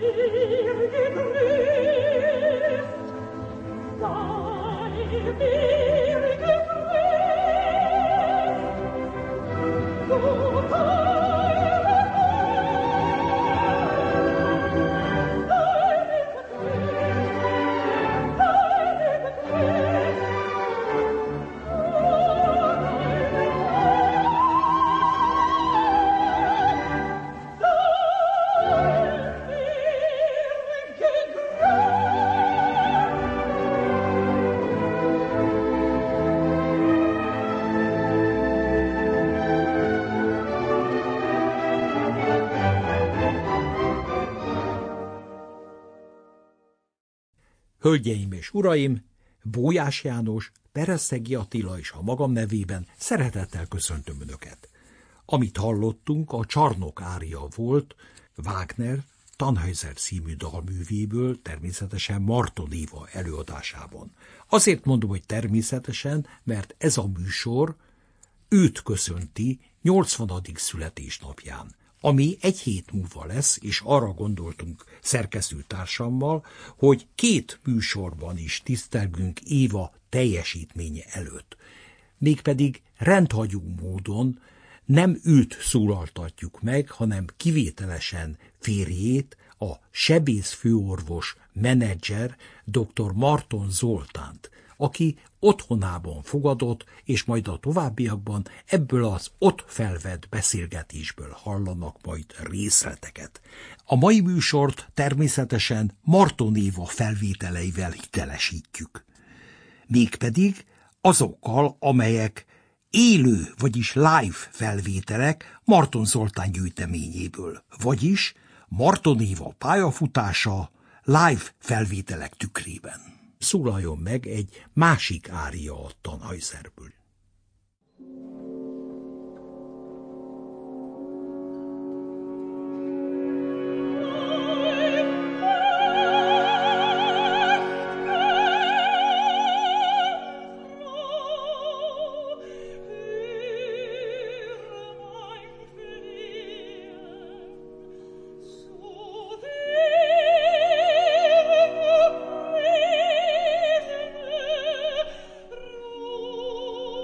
Hölgyeim és uraim, Bójás János, Pereszegi Attila és a magam nevében szeretettel köszöntöm Önöket. Amit hallottunk, a Csarnok ária volt, Wagner Tannhäuser című dalművéből, természetesen Marton Éva előadásában. Azért mondom, hogy természetesen, mert ez a műsor őt köszönti 80. születésnapján, ami egy hét múlva lesz, és arra gondoltunk szerkesztőtársammal, hogy 2 műsorban is tisztelgünk Éva teljesítménye előtt. Mégpedig rendhagyó módon nem őt szólaltatjuk meg, hanem kivételesen férjét, a sebészfőorvos menedzser dr. Marton Zoltánt, aki otthonában fogadott, és majd a továbbiakban ebből az ott felvett beszélgetésből hallanak majd részleteket. A mai műsort természetesen Marton Éva felvételeivel hitelesítjük. Mégpedig azokkal, amelyek élő, vagyis live felvételek Marton Zoltán gyűjteményéből, vagyis Marton Éva pályafutása live felvételek tükrében. Szólaljon meg egy másik ária a Tannhäuserből. Oh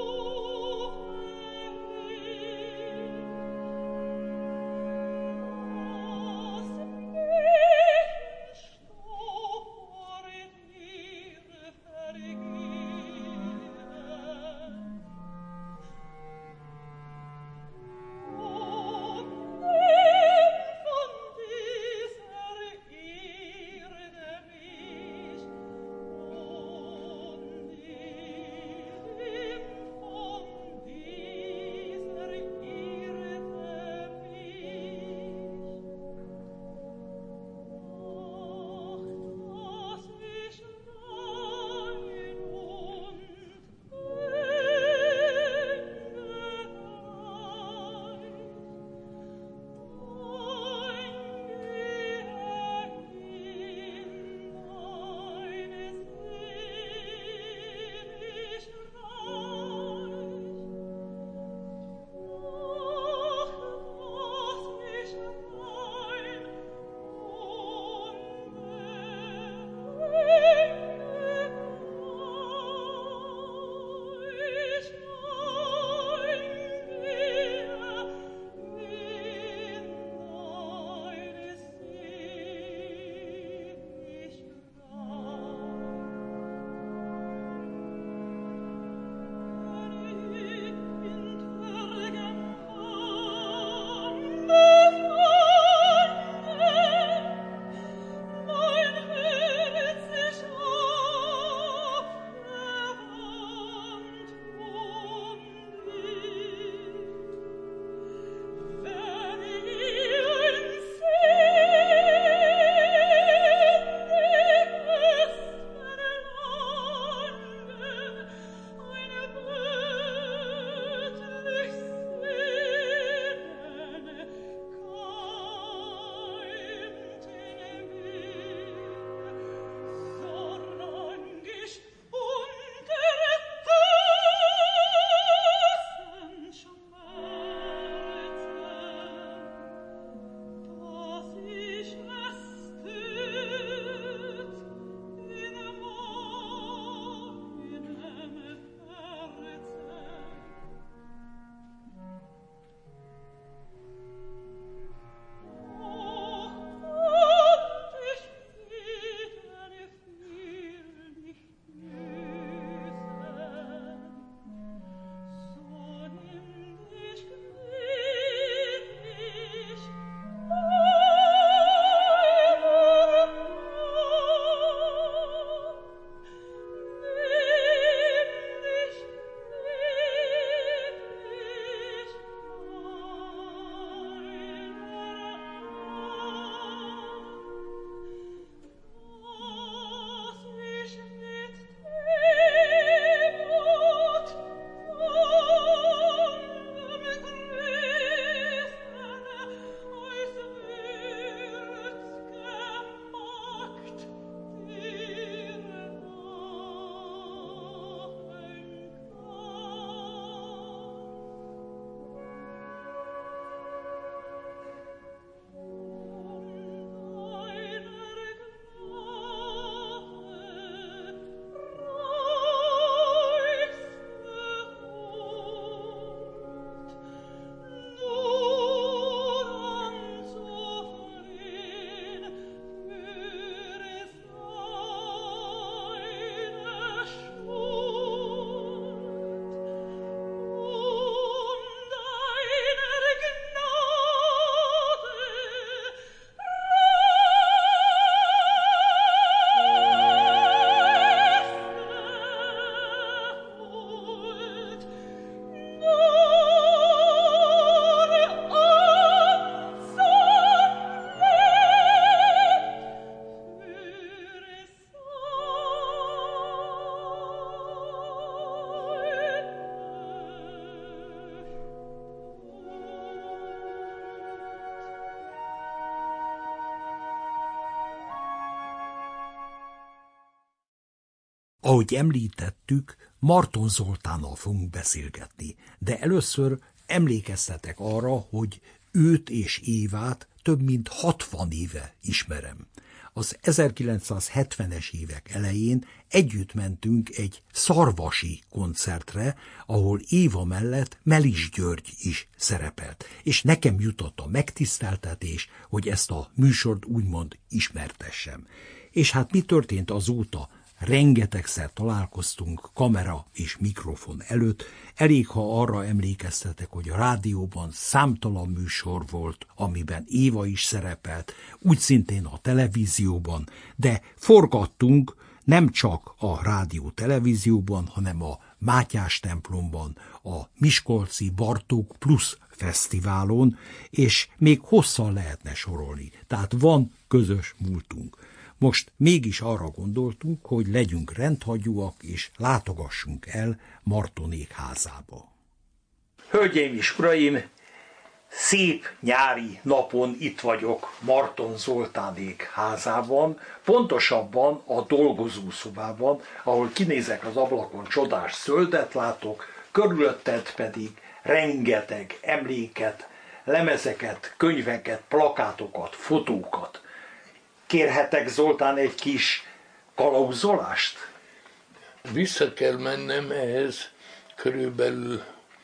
Ahogy említettük, Marton Zoltánnal fogunk beszélgetni, de először emlékeztetek arra, hogy őt és Évát több mint 60 éve ismerem. Az 1970-es évek elején együtt mentünk egy szarvasi koncertre, ahol Éva mellett Melis György is szerepelt, és nekem jutott a megtiszteltetés, hogy ezt a műsort úgymond ismertessem. És hát mi történt azóta? Rengetegszer találkoztunk kamera és mikrofon előtt, elég, ha arra emlékeztetek, hogy a rádióban számtalan műsor volt, amiben Éva is szerepelt, úgy szintén a televízióban, de forgattunk nem csak a rádió-televízióban, hanem a Mátyás templomban, a Miskolci Bartók Plus fesztiválon, és még hosszan lehetne sorolni. Tehát van közös múltunk. Most mégis arra gondoltunk, hogy legyünk rendhagyúak, és látogassunk el Martonék házába. Hölgyeim és uraim, szép nyári napon itt vagyok Marton Zoltánék házában, pontosabban a dolgozószobában, ahol kinézek az ablakon, csodás zöldet látok, körülötted pedig rengeteg emléket, lemezeket, könyveket, plakátokat, fotókat. Kérhetek, Zoltán, egy kis kalauzolást? Vissza kell mennem ehhez körülbelül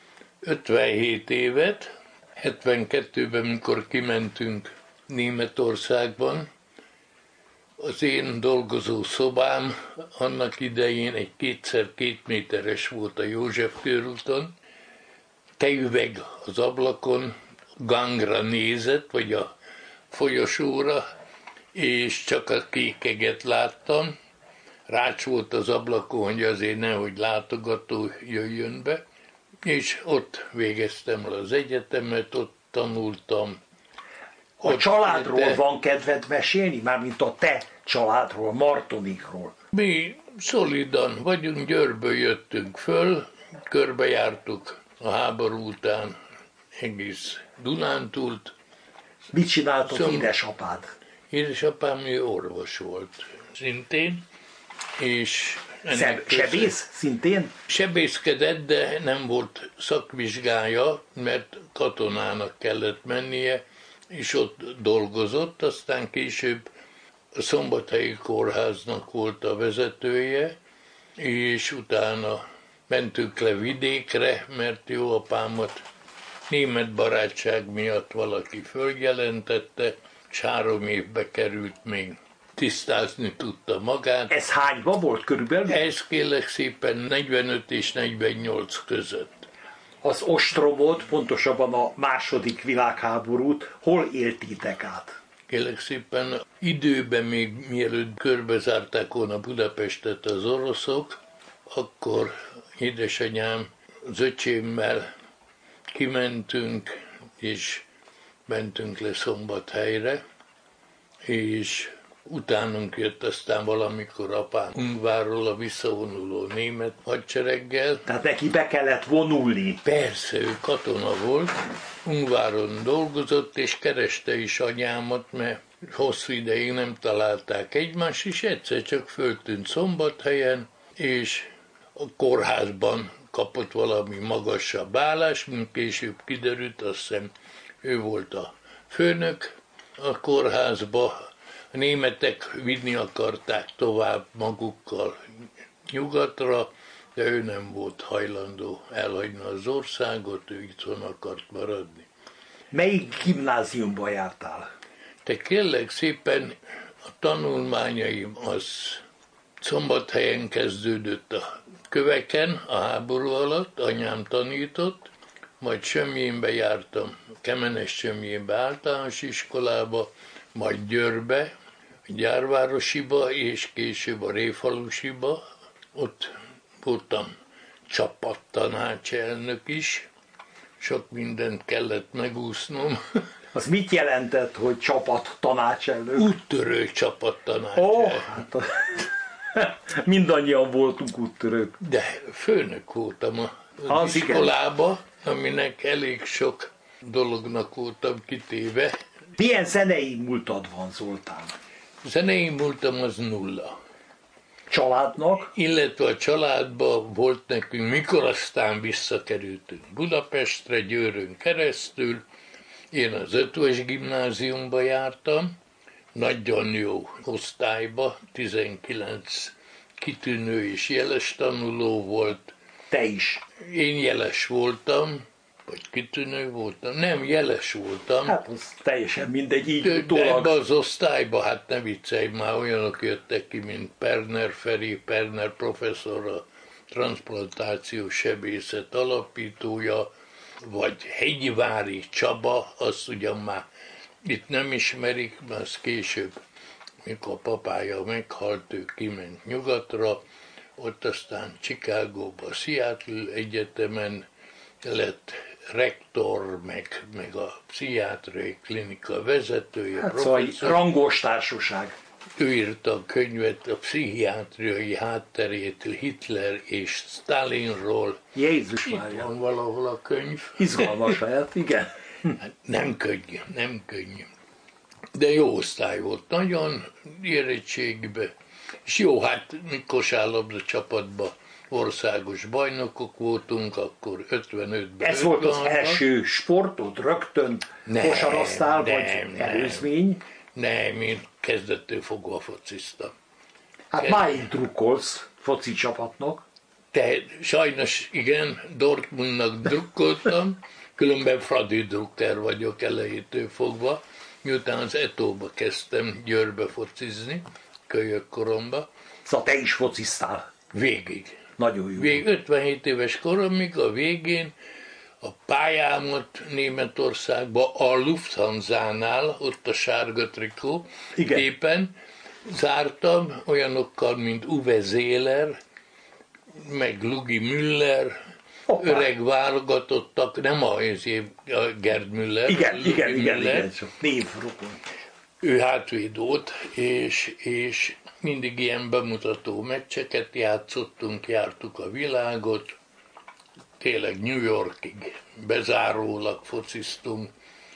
57 évet. 72-ben, mikor kimentünk Németországban, az én dolgozó szobám annak idején egy 2x2 méteres volt a József körúton, tejüveg az ablakon, gangra nézett, vagy a folyosóra, és csak a kékeget láttam. Rács volt az ablakon, hogy azért nehogy látogató jöjjön be, és ott végeztem el az egyetemet, ott tanultam. A családról van kedved mesélni? Mármint a te családról, Martonékról. Mi szolidan vagyunk, Győrből jöttünk föl, körbejártuk a háború után egész Dunántúlt. Mit csináltok édesapád? Édesapám orvos volt szintén, és sebész szintén? Sebészkedett, de nem volt szakvizsgája, mert katonának kellett mennie, és ott dolgozott, aztán később a Szombathelyi Kórháznak volt a vezetője, és utána mentünk le vidékre, mert jó apámat német barátság miatt valaki följelentette, és 3 évbe került, még tisztázni tudta magát. Ez hányban volt körülbelül? Ez kérlek szépen 45 és 48 között. Az ostromot, pontosabban a második világháborút hol éltétek át? Kérlek szépen időben még mielőtt körbezárták volna Budapestet az oroszok, akkor édesanyám az öcsémmel kimentünk, és mentünk le Szombathelyre, és utánunk jött aztán valamikor apám Ungvárról a visszavonuló német hadsereggel. Tehát neki be kellett vonulni. Persze, ő katona volt, Ungváron dolgozott, és kereste is anyámat, mert hosszú ideig nem találták egymást, és egyszer csak föltűnt Szombathelyen, és a kórházban kapott valami magasabb állást, mint később kiderült, azt hiszem ő volt a főnök a kórházba. A németek vinni akarták tovább magukkal nyugatra, de ő nem volt hajlandó elhagyni az országot, ő itthon akart maradni. Melyik gimnáziumba jártál? Te kérlek szépen, a tanulmányaim az Szombathelyen kezdődött a Köveken, a háború alatt, anyám tanított, majd Sömjénbe jártam, Kemenes-Sömjénbe általános iskolába, majd Győrbe, a Gyárvárosiba, és később a Réfalusiba. Ott voltam csapattanácselnök is, sok mindent kellett megúsznom. Az mit jelentett, hogy csapattanácselnök? Úttörő csapattanácselnök. Ó, hát mindannyian voltunk úttörők. De főnök voltam az iskolába, aminek elég sok dolognak voltam kitéve. Milyen zenei múltad van, Zoltán? Zenei múltam az nulla. családnak. Illetve a családban volt nekünk, mikor aztán visszakerültünk Budapestre, Győrön keresztül. Én az Ötvös gimnáziumba jártam, nagyon jó osztályba, 19 kitűnő és jeles tanuló volt. Te is. Én jeles voltam, vagy kitűnő voltam? Nem, jeles voltam. Hát az teljesen mindegy, így De utólag. ebbe az osztályba, hát ne viccelj, már olyanok jöttek ki, mint Perner Feri, Perner professzor, a transplantációs sebészet alapítója, vagy Hegyvári Csaba, azt ugyan már itt nem ismerik, mert az később, mikor a papája meghalt, ő kiment nyugatra, ott aztán Chicagóba, Seattle Egyetemen lett rektor, meg a pszichiátriai klinika vezetője, Hát szóval egy rangos társaság. Ő írta a könyvet a pszichiátriai hátterét Hitler és Stalinról. Jézus Itt Mária. van valahol a könyv. Izgalmas lehet, igen. Hát nem könnyű, nem könnyű. De jó osztály volt, nagyon érettségbe. És jó, hát mi kosárlabda csapatban országos bajnokok voltunk, akkor 55-ben. Ez volt az első sportod rögtön? Kosaraztál, vagy előzmény? Nem, én kezdettől fogva fociztam. Hát máig drukkolsz foci csapatnak? Te sajnos igen, Dortmundnak drukkoltam, különben Fradi Drucker vagyok elejétől fogva, miután az Etóba kezdtem Győrbe focizni, kölyök koromba. Szóval te is fociztál. Végig. Nagyon jó. 57 éves koromig a végén a pályámat Németországba a Lufthansa-nál, ott a sárga trikó, Igen. éppen zártam olyanokkal, mint Uwe Zéler, meg Lugi Müller, Hoppá. öreg válogatottak, nem a Gerd Müller. Igen, csak névrokon. Ő hátvéd volt, és mindig ilyen bemutató meccseket játszottunk, jártuk a világot, tényleg New Yorkig bezárólag fociztunk,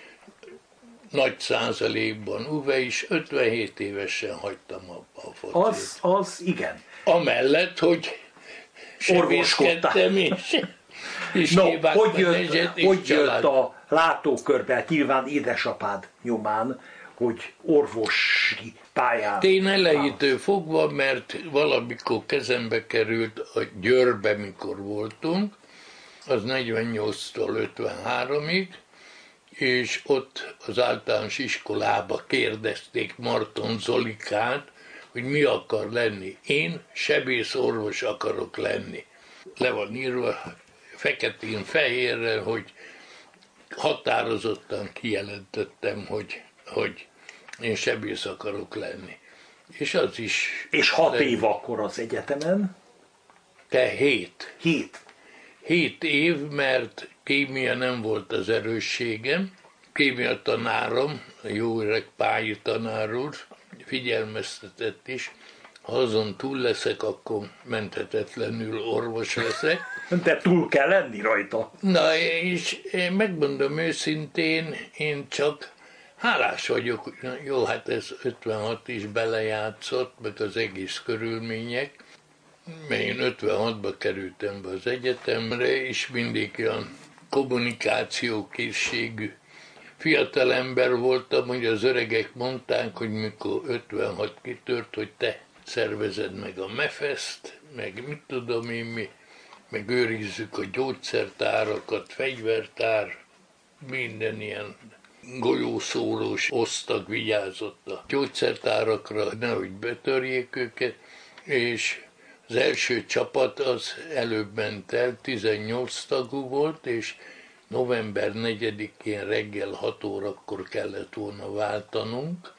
nagy százalékban Uwe is, 57 évesen hagytam abba a focit. Az igen. Amellett, hogy sebészkedtem és No, hogy jött a látókörbe, nyilván édesapád nyomán, hogy orvosi pályán. Én elejétől fogva, mert valamikor kezembe került a Győrbe, mikor voltunk, az 48-tól 53-ig, és ott az általános iskolába kérdezték Marton Zolikát, hogy mi akar lenni. Én sebészorvos akarok lenni. Le van írva feketén-fehérrel, hogy határozottan kijelentettem, hogy én sebész akarok lenni. És az is... És 6 év akkor az egyetemen? Te 7. 7 év, mert kémia nem volt az erősségem. Kémia tanárom, a jó öreg Pályi tanár úr, figyelmeztetett is, ha azon túl leszek, akkor menthetetlenül orvos leszek. De túl kell lenni rajta. Na, és én megmondom őszintén, én csak hálás vagyok, jó, hát ez 56 is belejátszott, meg az egész körülmények, mert én 56-ba kerültem be az egyetemre, és mindig olyan kommunikációkészségű fiatalember voltam, hogy az öregek mondták, hogy mikor 56 kitört, hogy te szervezed meg a MEFESzt, meg mit tudom én mi, meg őrizzük a gyógyszertárakat, fegyvertár, minden ilyen golyószórós osztag vigyázott a gyógyszertárakra, nehogy betörjék őket, és az első csapat az előbb ment el, 18 tagú volt, és november 4-én reggel 6 órakor kellett volna váltanunk.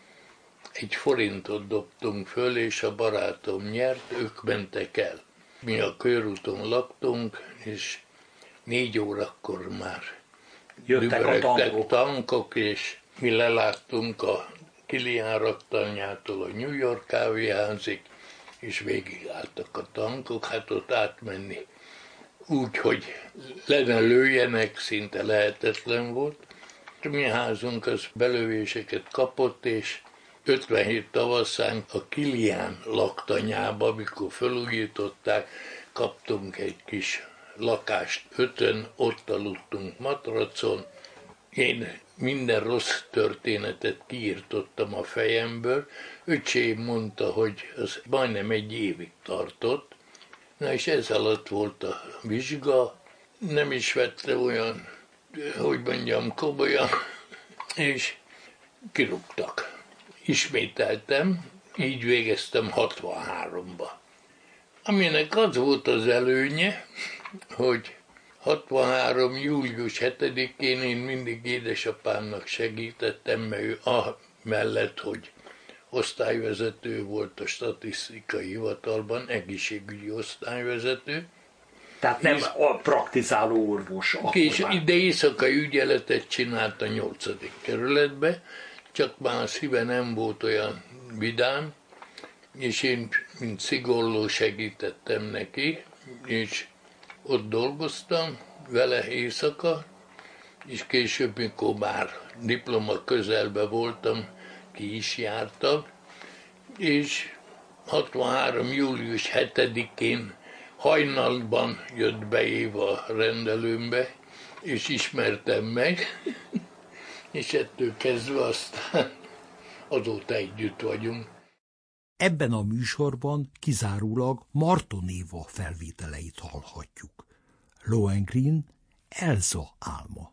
1 forintot dobtunk föl, és a barátom nyert, ők mentek el. Mi a körúton laktunk, és 4 órakor már Jöttek a tankok, és mi leláttunk a Kilián raktanyától a New York kávéházig, és végigálltak a tankok, hát ott átmenni úgy, hogy le ne lőjenek, szinte lehetetlen volt. A mi házunk az belövéseket kapott, és 57 tavaszán a Kilián laktanyába, amikor felújították, kaptunk egy kis lakást, 5-en, ott aludtunk matracon. Én minden rossz történetet kiírtottam a fejemből. Öcsém mondta, hogy az majdnem egy évig tartott. Na és ez alatt volt a vizsga, nem is vette olyan, hogy mondjam, komolyan, és kirúgtak. Ismételtem, így végeztem 63-ba. Aminek az volt az előnye, hogy 63. július 7-én én mindig édesapámnak segítettem, mert ő mellett, hogy osztályvezető volt a statisztikai hivatalban, egészségügyi osztályvezető. Tehát nem a praktizáló orvos. És ide éjszakai ügyeletet csinált a 8. kerületbe, csak már a szíve nem volt olyan vidám, és én, mint szigorló segítettem neki, és ott dolgoztam vele éjszaka, és később, mikor már diploma közelben voltam, ki is jártam, és 63. július 7-én hajnalban jött be Éva a rendelőmbe, és ismertem meg, és ettől kezdve aztán azóta együtt vagyunk. Ebben a műsorban kizárólag Marton Éva felvételeit hallhatjuk. Lohengrin, Elsa álma.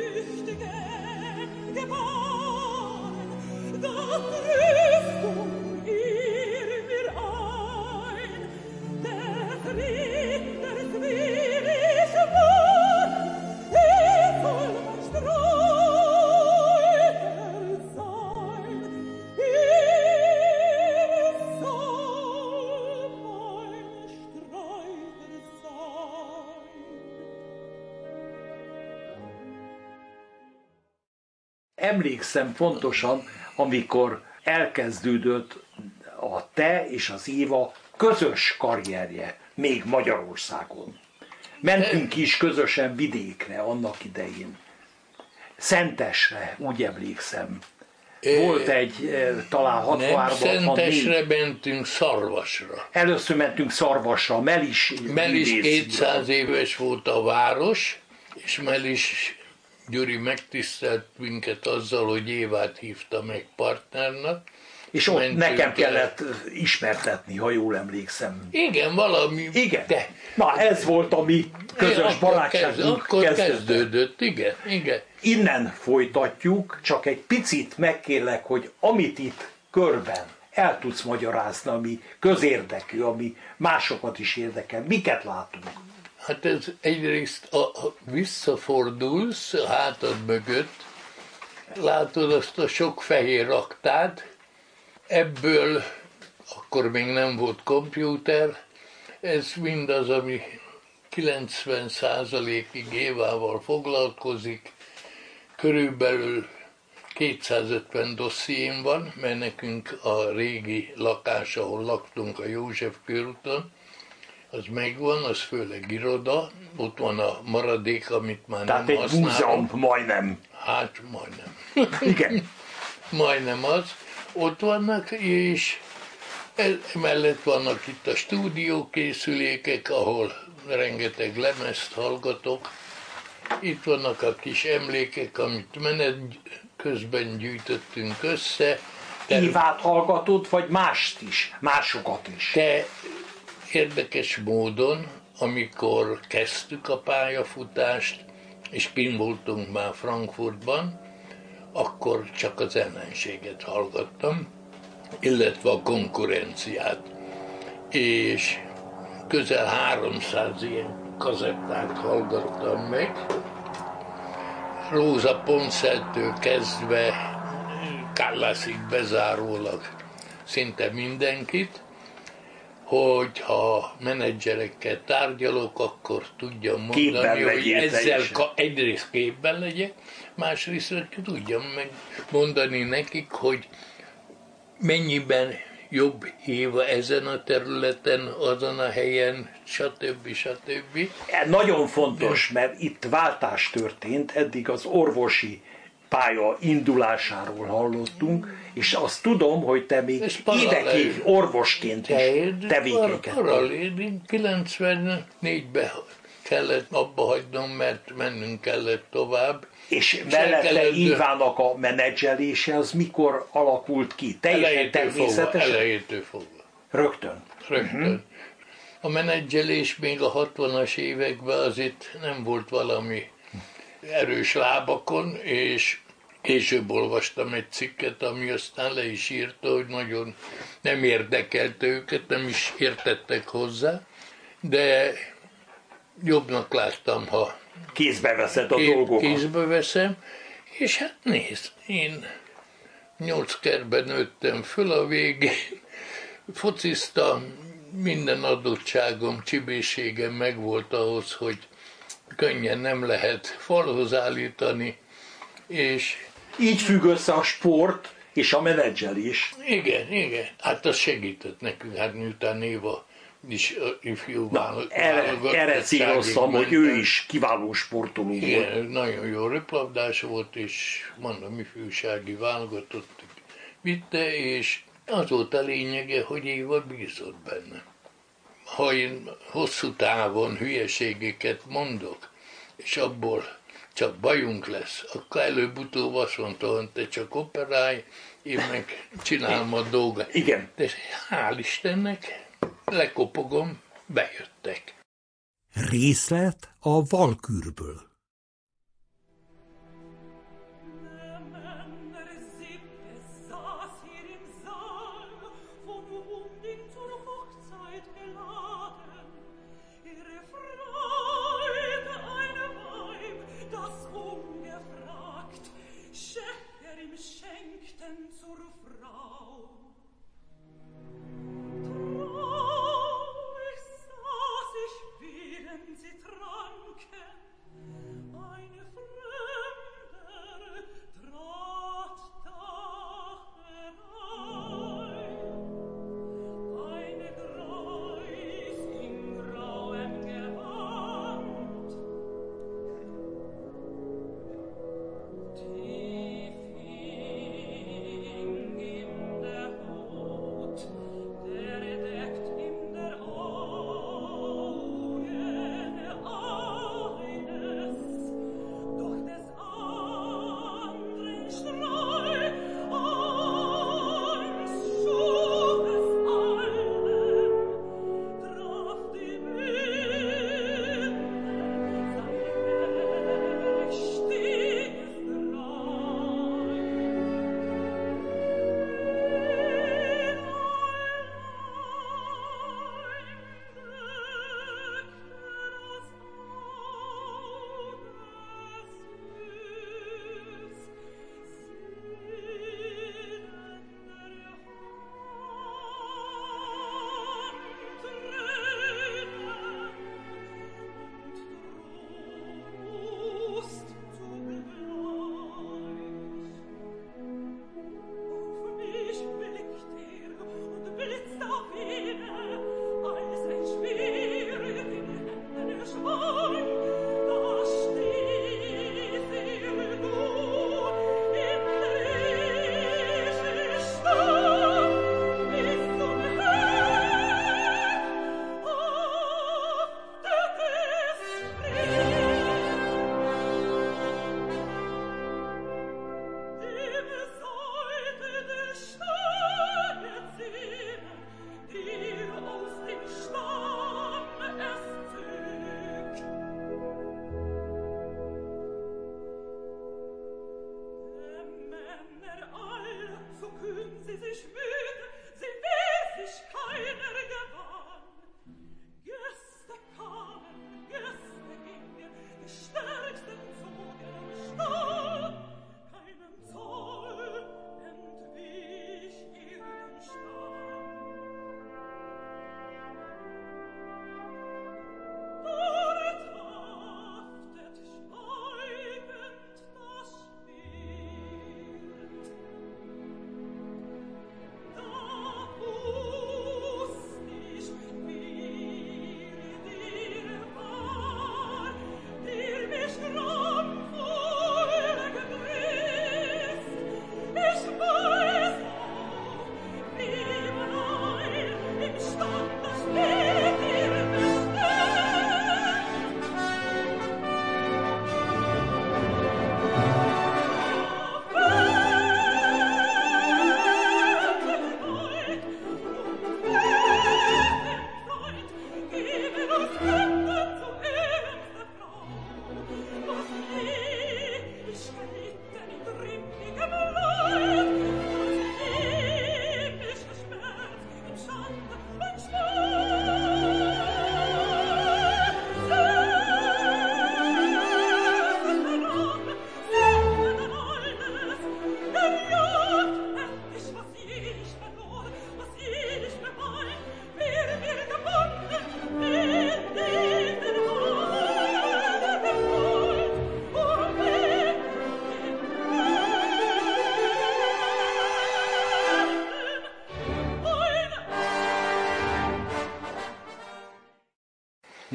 Geborgen, da Christus emlékszem pontosan, amikor elkezdődött a te és az Éva közös karrierje, még Magyarországon. Mentünk is közösen vidékre annak idején. Szentesre, úgy emlékszem. Volt egy talán 63-ban. Nem, Szentesre mentünk, Szarvasra. Először mentünk Szarvasra, Melis 200 éves volt a város, és Melis Gyuri megtisztelt minket azzal, hogy Évát hívta meg partnernak. És ott nekem kellett ismertetni, ha jól emlékszem. Igen, valami. Igen. De. Na, ez volt a mi közös barátságunk. Akkor kezdődött, igen. Innen folytatjuk, csak egy picit megkérlek, hogy amit itt körben el tudsz magyarázni, ami közérdekű, ami másokat is érdekel. Miket látunk? Hát ez egyrészt visszafordulsz a hátad mögött, látod azt a sok fehér raktát, ebből akkor még nem volt kompjúter, ez mindaz, ami 90%-ig Évával foglalkozik, körülbelül 250 dossziém van, mert nekünk a régi lakás, ahol laktunk a József körúton, az megvan, az főleg iroda, ott van a maradék, amit már tehát nem használom. Tehát egy múzeum, majdnem. Hát majdnem. Igen. Majdnem az. Ott vannak, és mellett vannak itt a stúdiókészülékek, ahol rengeteg lemezt hallgatok. Itt vannak a kis emlékek, amit menet közben gyűjtöttünk össze. Évát hallgatod, vagy másokat is? Te érdekes módon, amikor kezdtük a pályafutást, és kint voltunk már Frankfurtban, akkor csak az ellenséget hallgattam, illetve a konkurenciát. És közel 300 ilyen kazettát hallgattam meg, Róza Ponceltől kezdve Callasig bezárólag szinte mindenkit, hogyha menedzserekkel tárgyalok, akkor tudjam mondani, hogy ezzel egyrészt képben legyek, másrészt tudjam megmondani nekik, hogy mennyiben jobb Éva ezen a területen, azon a helyen, stb. Nagyon fontos, mert itt váltás történt, eddig az orvosi pálya indulásáról hallottunk, és azt tudom, hogy te még évekig orvosként is tevékenykedtél. Paralel, 94-ben kellett abba hagynom, mert mennünk kellett tovább. És mellette Évának a menedzselése az mikor alakult ki? Teljesen természetesen? Elejétől fogva. Rögtön? Rögtön. A menedzselés még a 60-as években az itt nem volt valami erős lábakon, és később olvastam egy cikket, ami aztán le is írta, hogy nagyon nem érdekelte őket, nem is értettek hozzá, de jobbnak láttam, ha kézbe veszed a dolgokat. Kézbe veszem, és hát nézd, én 8 kerben nőttem föl a végén, fociztam, minden adottságom, csibészségem megvolt ahhoz, hogy könnyen nem lehet falhoz állítani, és így függ össze a sport és a menedzselés. Igen, hát az segített nekünk, hát miután Éva is ifjú erre céloztam, hogy ő is kiváló sportoló volt. Igen, nagyon jó röplabdás volt, és mondom, ifjúsági válogatottig vitte, és az volt a lényege, hogy Éva bízott benne. Ha én hosszú távon hülyeségeket mondok, és abból csak bajunk lesz, akkor előbb-utóbb azt mondta, hogy te csak operálj, én meg csinálom a dolgot. Igen. De hál' Istennek, lekopogom, bejöttek. Részlet a Valkürből.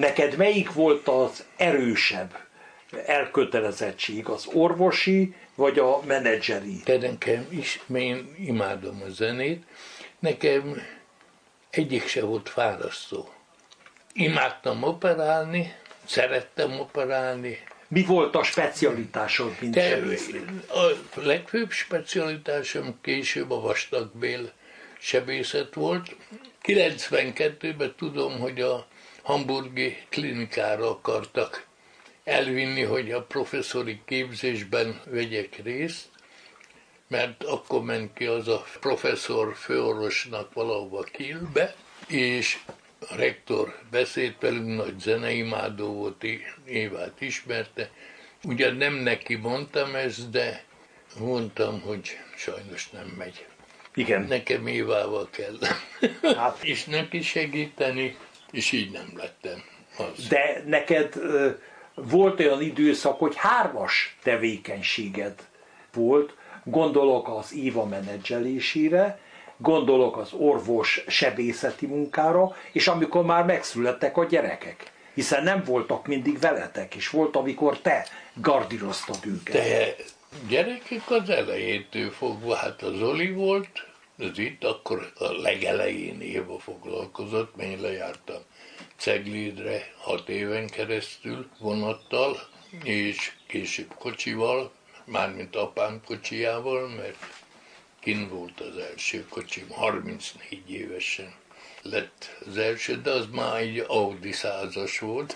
Neked melyik volt az erősebb elkötelezettség, az orvosi vagy a menedzseri? Nekem is, mert én imádom a zenét, nekem egyik se volt fárasztó. Imádtam operálni, szerettem operálni. Mi volt a specialitásod, mint sebésznél? A legfőbb specialitásom később a vastagbél sebészet volt. 92-ben tudom, hogy a hamburgi klinikára akartak elvinni, hogy a professzori képzésben vegyek részt, mert akkor ment ki az a professzor főorvosnak valahova Kielbe, és a rektor beszélt velünk, nagy zeneimádó volt, Évát ismerte. Ugyan nem neki mondtam ezt, de mondtam, hogy sajnos nem megy. Igen. Nekem Évával kell. Hát. És neki segíteni, és így nem lettem az. De neked volt olyan időszak, hogy 3 tevékenységed volt, gondolok az Éva menedzselésére, gondolok az orvos sebészeti munkára, és amikor már megszülettek a gyerekek. Hiszen nem voltak mindig veletek, és volt, amikor te gardíroztad őket. De gyerekek az elejétől fogva, hát az Zoli volt, az itt akkor a legelején Éva foglalkozott, mert én lejártam Ceglédre 6 éven keresztül vonattal, és később kocsival, mármint apám kocsijával, mert kint volt az első kocsim, 34 évesen lett az első, de az már egy Audi 100-as volt,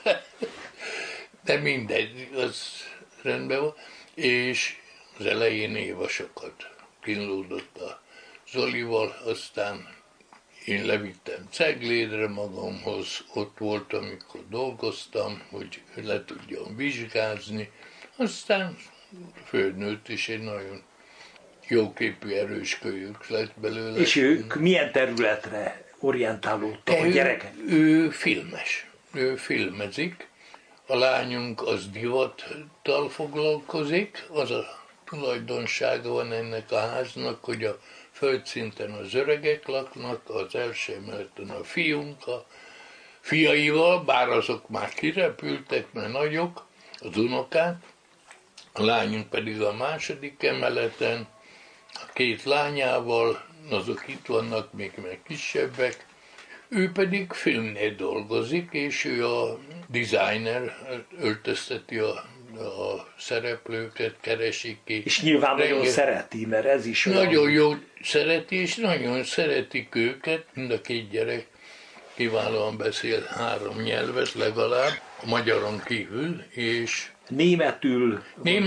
de mindegy, az rendben volt, és az elején Éva sokat kínlódott a Zolival, aztán én levittem Ceglédre magamhoz, ott voltam, amikor dolgoztam, hogy le tudjam vizsgázni, aztán fölnőtt, és egy nagyon jóképű, erős kölyök lett belőle. És ők milyen területre orientálódtak a gyerekek? Ő filmes, ő filmezik, a lányunk az divattal foglalkozik, az a tulajdonsága van ennek a háznak, hogy a földszinten az öregek laknak, az első emeleten a fiunk a fiaival, bár azok már kirepültek, mert nagyok, az unokák, a lányunk pedig a második emeleten, a 2 lányával, azok itt vannak, még meg kisebbek, ő pedig filmnél dolgozik, és ő a designer, öltözteti a szereplőket, keresik ki. És nyilván nagyon szereti, mert ez is olyan. Nagyon jó szereti, és nagyon szeretik őket, mind a 2 gyerek kiválóan beszél 3 nyelvet legalább, a magyaron kívül, és németül,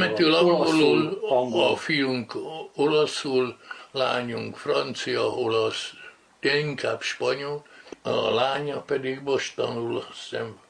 angolul, a fiunk olaszul, lányunk francia, olasz, de inkább spanyol, a lánya pedig most tanul, azt hiszem.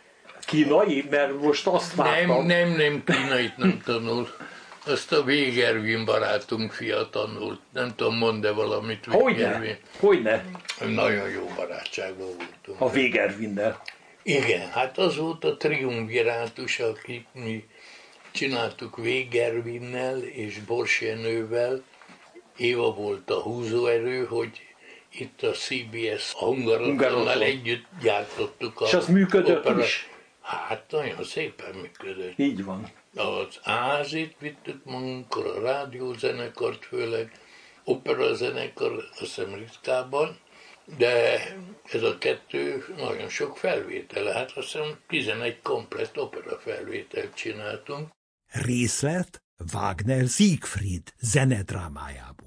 Kínai? Mert most azt vártam. Nem, kínait nem tanul. Azt a Végervin barátunk fia tanult. Nem tudom, mond-e valamit Végervin. Hogyne? Nagyon jó barátságban voltunk. A Végervinnel. Igen, hát az volt a triumvirátus, akit mi csináltuk Végervinnel és Borsjenővel. Éva volt a húzóerő, hogy itt a CBS Hungarotonnal együtt gyártottuk a és az működött is? Hát nagyon szépen működött. Így van. Az Ázsit vittük magunkkal, a rádiózenekart főleg, operazenekar, azt hiszem ritkában, de ez a 2 nagyon sok felvétel, hát azt hiszem 11 komplett opera felvételt csináltunk. Részlet Wagner Siegfried zenedrámájából.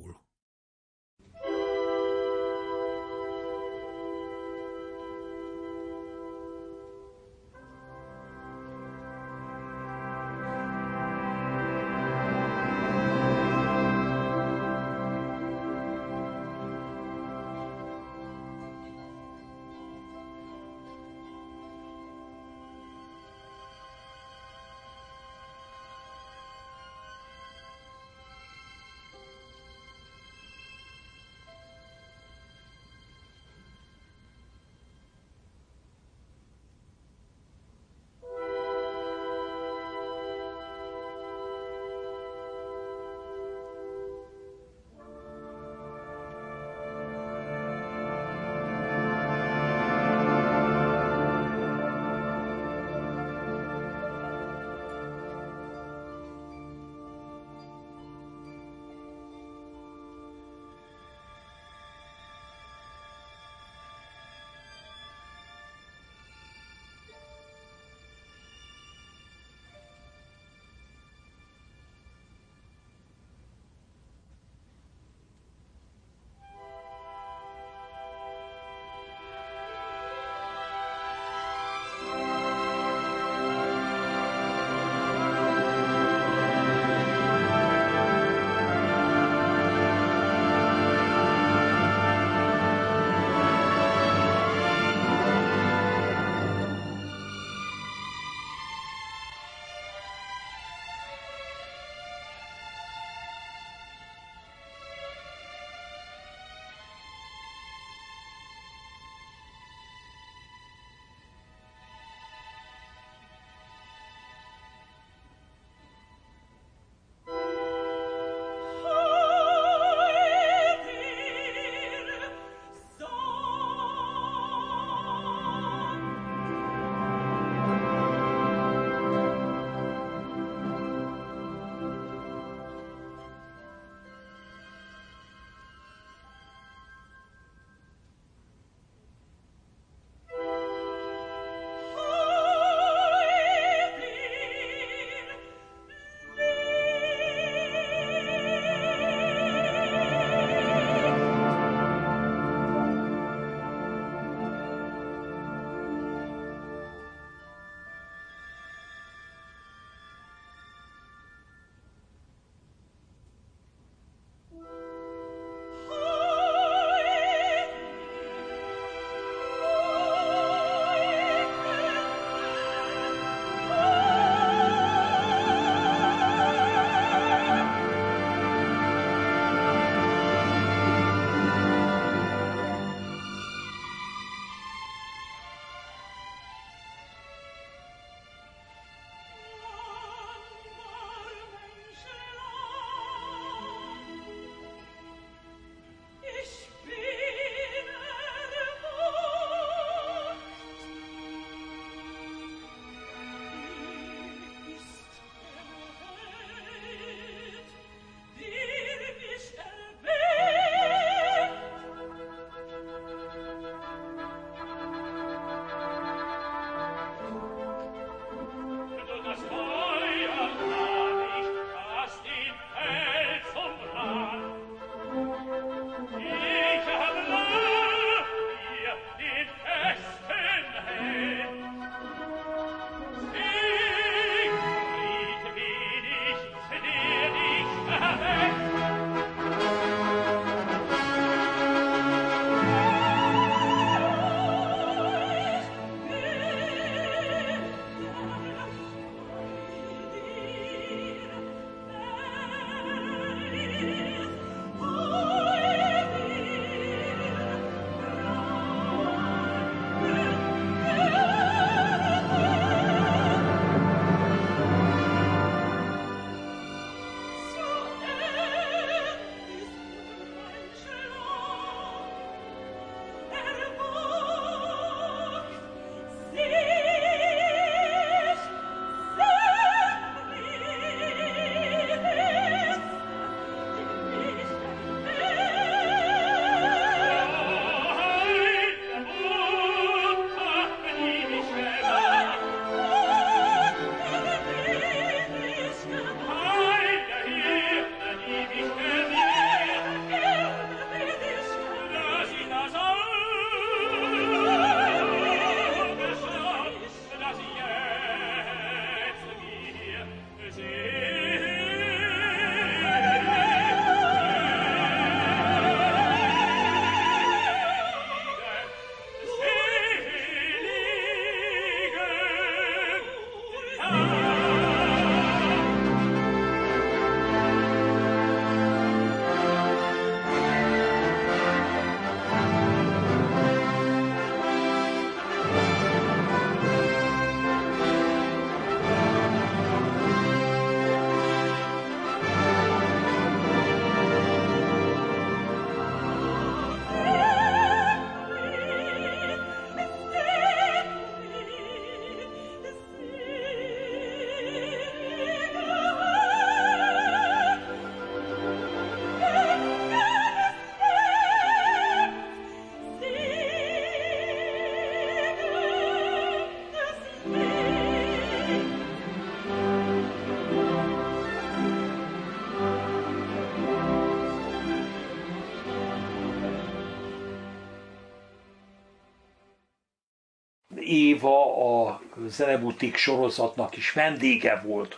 Éva a Zenebutik sorozatnak is vendége volt.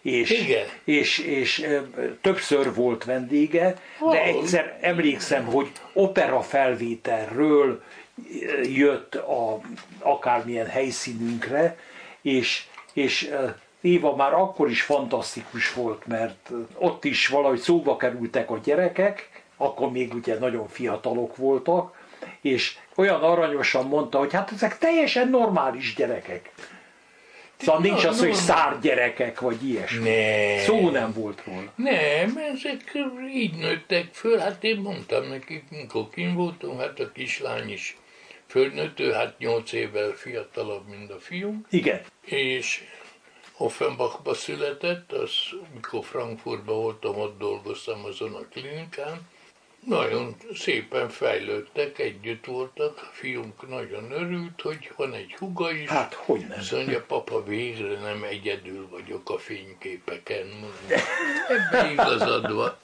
És többször volt vendége, de egyszer emlékszem, hogy opera felvételről jött akármilyen helyszínünkre, és Éva már akkor is fantasztikus volt, mert ott is valahogy szóba kerültek a gyerekek, akkor még ugye nagyon fiatalok voltak, és olyan aranyosan mondta, hogy hát ezek teljesen normális gyerekek. Szóval nincs az, hogy szárgyerekek, vagy ilyesmi. Szó nem volt róla. Nem, ezek így nőttek föl, hát én mondtam nekik, mikor kint voltunk, hát a kislány is fölnőtt, ő hát 8 évvel fiatalabb, mint a fiunk. Igen. És Offenbachba született, az, mikor Frankfurtban voltam, ott dolgoztam azon a klinikán. Nagyon szépen fejlődtek, együtt voltak, a fiunk nagyon örült, hogy van egy húga is. Hát, hogy nem. Azt mondja, papa, végre nem egyedül vagyok a fényképeken. Ebben igazad van.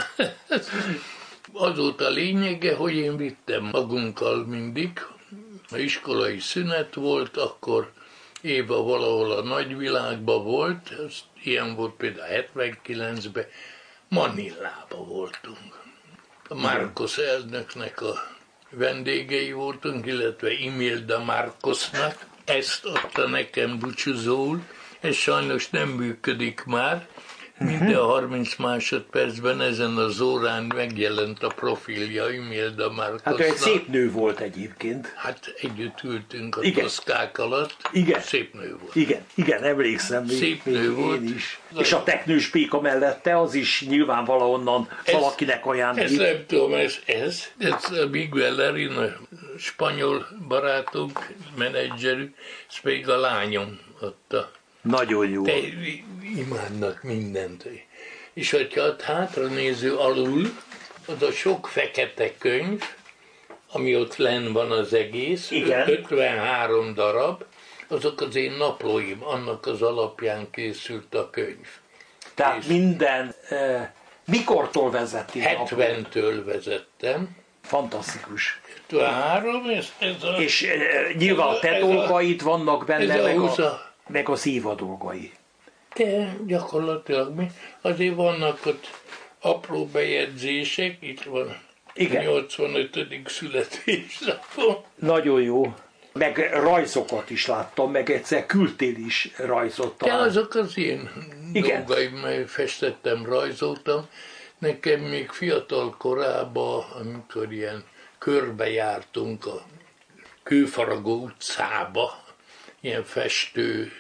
Azóta a lényege, hogy én vittem magunkkal mindig. Ha iskolai szünet volt, akkor Éva valahol a nagyvilágban volt, ilyen volt például 79-ben, Manillába voltunk. A Márkusz elnöknek a vendégei voltunk, illetve Imelda Márkusznak. Ezt adta nekem búcsúzóul, ez sajnos nem működik már. Minden 30 másodpercben ezen az órán megjelent a profilja Imelda Márkusznak. Hát ő egy szép nő volt egyébként. Hát együtt ültünk a toszkák alatt. Igen. Szép nő volt. Igen, emlékszem. Szép nő volt. Én is. És a teknős Péka mellette, az is nyilván valahonnan valakinek ajándék. Ez nem tudom, ez a Miguel Lerin, a spanyol barátunk, menedzserük, ez pedig a lányom adta. Nagyon jó. De imádnak mindent. És hogyha hátra néző alul, az a sok fekete könyv, ami ott lenn van az egész, igen. 53 darab, azok az én naplóim, annak az alapján készült a könyv. Tehát minden, mikortól vezettél? 70-től vezettem. Fantasztikus. 53, és nyilván a te dolgaid vannak benne, meg az Éva dolgai. De gyakorlatilag mi? Azért vannak ott apró bejegyzések, itt van igen. 85. születésnapom. Nagyon jó. Meg rajzokat is láttam, meg egyszer küldtél is rajzot. De azok az én dolgaim, mert festettem, rajzoltam. Nekem még fiatal korában, amikor ilyen körbejártunk a Kőfaragó utcába, ilyen festő,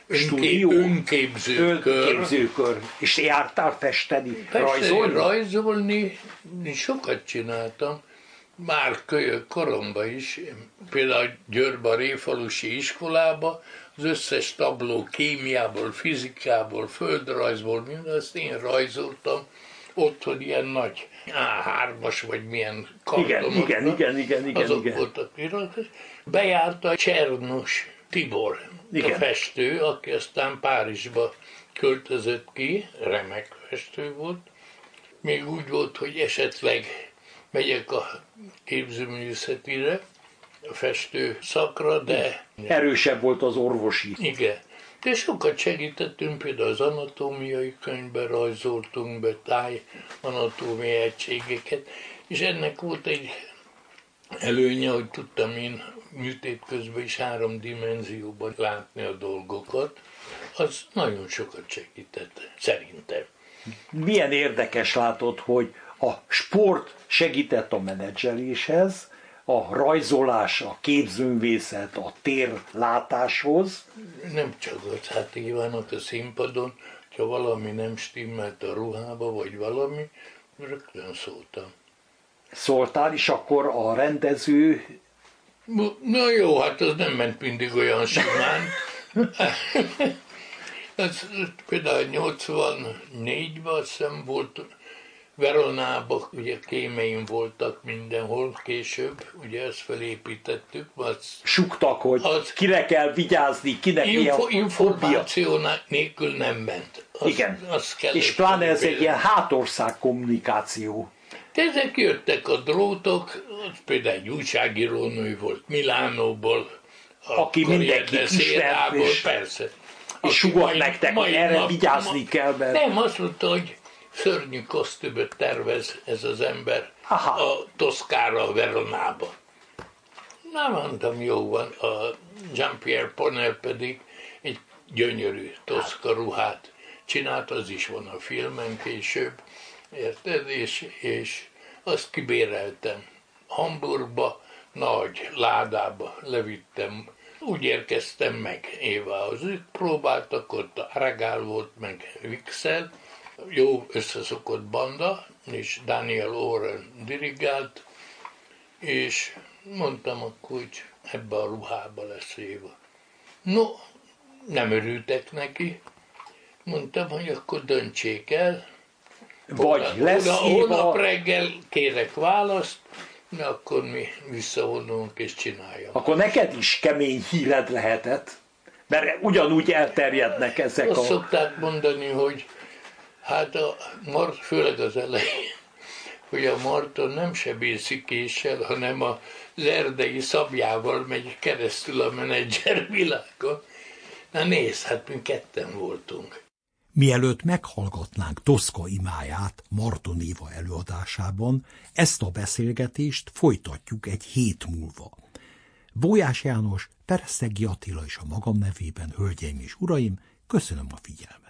önképzőkör. És jártál festeni, rajzolni? Rajzolni, sokat csináltam. Már kölyök koromban is, például Győrbe a Réfalusi iskolába, az összes tabló kémiából, fizikából, földrajzból, mindazt én rajzoltam, otthon ilyen nagy A3-as, vagy milyen kartonokban. Igen. Azok voltak iratok. Bejárta Csernus Tibor, igen. A festő, aki aztán Párizsba költözött ki, remek festő volt. Még úgy volt, hogy esetleg megyek a képzőművészetire, a festő szakra, de... Erősebb volt az orvosi. Igen. De sokat segítettünk, például az anatómiai könyvben rajzoltunk be tájanatómiai egységeket, és ennek volt egy előnye, hogy tudtam én műtét közben is 3 dimenzióban látni a dolgokat, az nagyon sokat segített, szerintem. Milyen érdekes látod, hogy a sport segített a menedzseléshez, a rajzolás, a képzőművészet, a térlátáshoz. Nem csak az, hát Évának a színpadon, ha valami nem stimmelt a ruhába, vagy valami, rögtön szóltam. Szóltál, és akkor a rendező... Na jó, hát az nem ment mindig olyan simán. Ez például 84-ben azt hiszem volt Veronában, ugye kémeim voltak mindenhol később, ugye ezt felépítettük. Suktak, hogy kire kell vigyázni, kinek milyen információ nélkül nem ment. Igen, és pláne ez egy ilyen hátország kommunikáció. De ezek jöttek a drótok, például egy újságírónő volt Milánóból, aki mindenki ismert, persze. És sugott nektek, hogy erre vigyázni kell, mert... Nem, azt mondta, hogy szörnyű kosztümöt tervez ez az ember a Toszkára, a Veronába. Na, mondtam, jó van. A Jean-Pierre Ponel pedig egy gyönyörű Toszka ruhát csinált, az is van a filmen később, érted? És azt kibéreltem Hamburgba, nagy ládába levittem. Úgy érkeztem meg Évához. Itt próbáltak, ott Aragál volt, meg Vixel, jó összeszokott banda, és Daniel Oren dirigált, és mondtam akkor, hogy ebbe a ruhába lesz Éva. No, nem örültek neki, mondtam, hogy akkor döntsék el, vagy lesz Éva... Holnap reggel kérek választ, de akkor mi visszavonulunk és csináljam. Akkor neked is kemény híred lehetett, mert ugyanúgy elterjednek ezek Azt szokták mondani, hogy hát főleg az elején, hogy a Marton nem sebészi késsel, hanem az erdei szabjával megy keresztül a menedzser világon. Na nézd, hát mi ketten voltunk. Mielőtt meghallgatnánk Toszka imáját Marton Éva előadásában, ezt a beszélgetést folytatjuk egy hét múlva. Bójás János, Pereszegi Attila és a magam nevében, hölgyeim és uraim, köszönöm a figyelmet.